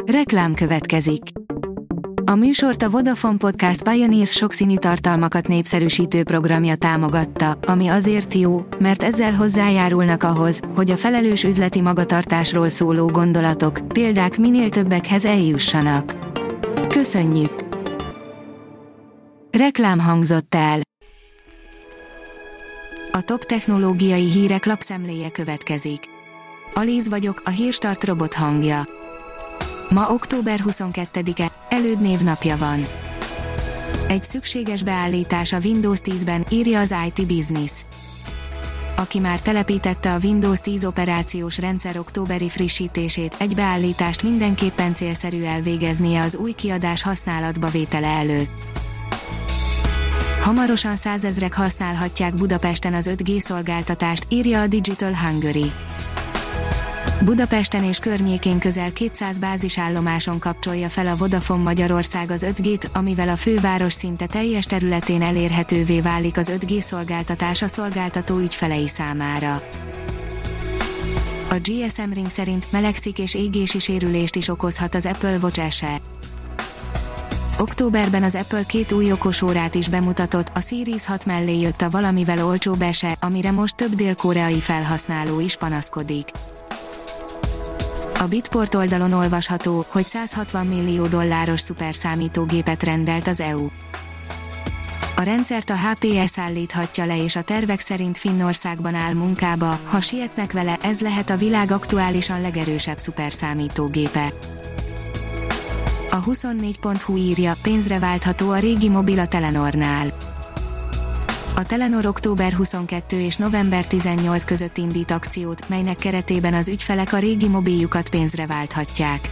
Reklám következik. A műsort a Vodafone Podcast Pioneers sokszínű tartalmakat népszerűsítő programja támogatta, ami azért jó, mert ezzel hozzájárulnak ahhoz, hogy a felelős üzleti magatartásról szóló gondolatok, példák minél többekhez eljussanak. Köszönjük! Reklám hangzott el. A top technológiai hírek lapszemléje következik. Alíz vagyok, a Hírstart robot hangja. Ma október 22-e, elődnévnapja van. Egy szükséges beállítás a Windows 10-ben, írja az IT Business. Aki már telepítette a Windows 10 operációs rendszer októberi frissítését, egy beállítást mindenképpen célszerű elvégeznie az új kiadás használatba vétele előtt. Hamarosan 100 000-ek használhatják Budapesten az 5G szolgáltatást, írja a Digital Hungary. Budapesten és környékén közel 200 bázisállomáson kapcsolja fel a Vodafone Magyarország az 5G-t, amivel a főváros szinte teljes területén elérhetővé válik az 5G szolgáltatás a szolgáltató ügyfelei számára. A GSM Ring szerint melegszik és égési sérülést is okozhat az Apple Watch SE. Októberben az Apple 2 új okosórát is bemutatott, a Series 6 mellé jött a valamivel olcsóbb SE, amire most több dél-koreai felhasználó is panaszkodik. A Bitport oldalon olvasható, hogy $160 millió szuperszámítógépet rendelt az EU. A rendszert a HPE szállíthatja le és a tervek szerint Finnországban áll munkába, ha sietnek vele, ez lehet a világ aktuálisan legerősebb szuperszámítógépe. A 24.hu írja, pénzre váltható a régi mobil a Telenornál. A Telenor október 22 és november 18 között indít akciót, melynek keretében az ügyfelek a régi mobiljukat pénzre válthatják.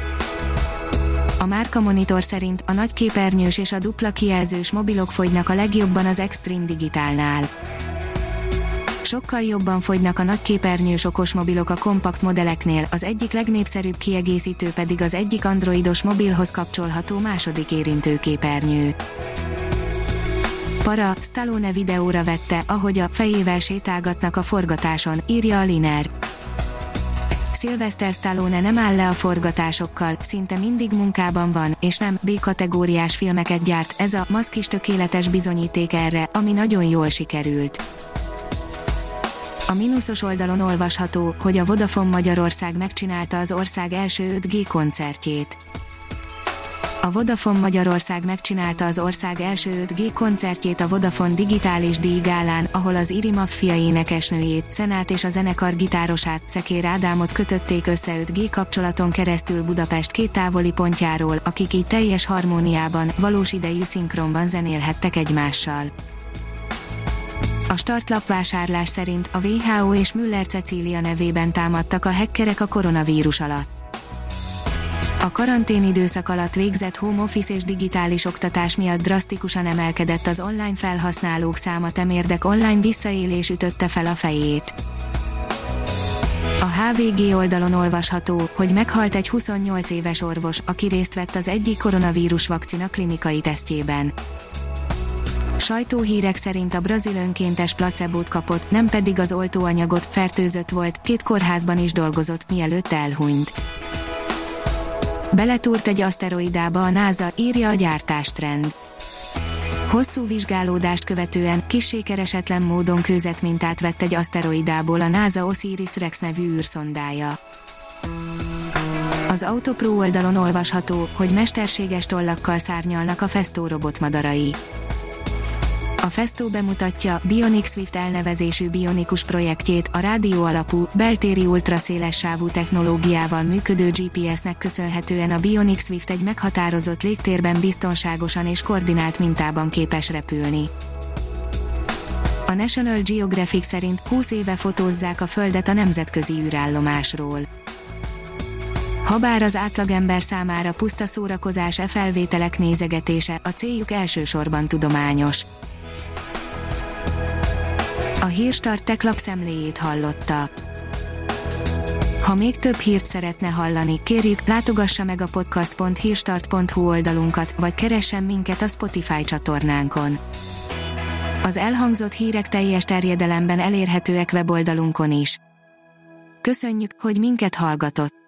A Márka Monitor szerint a nagyképernyős és a dupla kijelzős mobilok fogynak a legjobban az Extreme Digitalnál. Sokkal jobban fogynak a nagyképernyős okosmobilok a kompakt modelleknél, az egyik legnépszerűbb kiegészítő pedig az egyik androidos mobilhoz kapcsolható második érintőképernyő. Para, Stallone videóra vette, ahogy a fejével sétálgatnak a forgatáson, írja a Liner. Sylvester Stallone nem áll le a forgatásokkal, szinte mindig munkában van, és nem B-kategóriás filmeket gyárt, ez a maszk is tökéletes bizonyíték erre, ami nagyon jól sikerült. A mínuszos oldalon olvasható, hogy a Vodafone Magyarország megcsinálta az ország első 5G koncertjét. A Vodafone Magyarország megcsinálta az ország első 5G koncertjét a Vodafone Digitális Díjgálán, ahol az Iri Maffia énekesnőjét, Szenát és a zenekar gitárosát, Szekér Ádámot kötötték össze 5G kapcsolaton keresztül Budapest két távoli pontjáról, akik így teljes harmóniában, valós idejű szinkronban zenélhettek egymással. A startlap vásárlás szerint a WHO és Müller Cecília nevében támadtak a hackerek a koronavírus alatt. A karanténidőszak alatt végzett home office és digitális oktatás miatt drasztikusan emelkedett az online felhasználók száma, temérdek online visszaélés ütötte fel a fejét. A HVG oldalon olvasható, hogy meghalt egy 28 éves orvos, aki részt vett az egyik koronavírus vakcina klinikai tesztjében. Sajtóhírek szerint a brazil önkéntes placebót kapott, nem pedig az oltóanyagot, fertőzött volt, 2 kórházban is dolgozott, mielőtt elhunyt. Beletúrt egy aszteroidába a NASA, írja a Gyártástrend. Hosszú vizsgálódást követően, kissé keresetlen módon kőzetmintát vett egy aszteroidából a NASA Osiris-Rex nevű űrszondája. Az Autopro oldalon olvasható, hogy mesterséges tollakkal szárnyalnak a Festo robotmadarai. A Festo bemutatja Bionic Swift elnevezésű bionikus projektjét, a rádió alapú, beltéri ultraszélessávú technológiával működő GPS-nek köszönhetően a Bionic Swift egy meghatározott légtérben biztonságosan és koordinált mintában képes repülni. A National Geographic szerint 20 éve fotózzák a Földet a nemzetközi űrállomásról. Habár az átlagember számára puszta szórakozás felvételek nézegetése, a céljuk elsősorban tudományos. A Hírstart Tech lapszemléjét hallotta. Ha még több hírt szeretne hallani, kérjük, látogassa meg a podcast.hírstart.hu oldalunkat, vagy keressen minket a Spotify csatornánkon. Az elhangzott hírek teljes terjedelemben elérhetőek weboldalunkon is. Köszönjük, hogy minket hallgatott!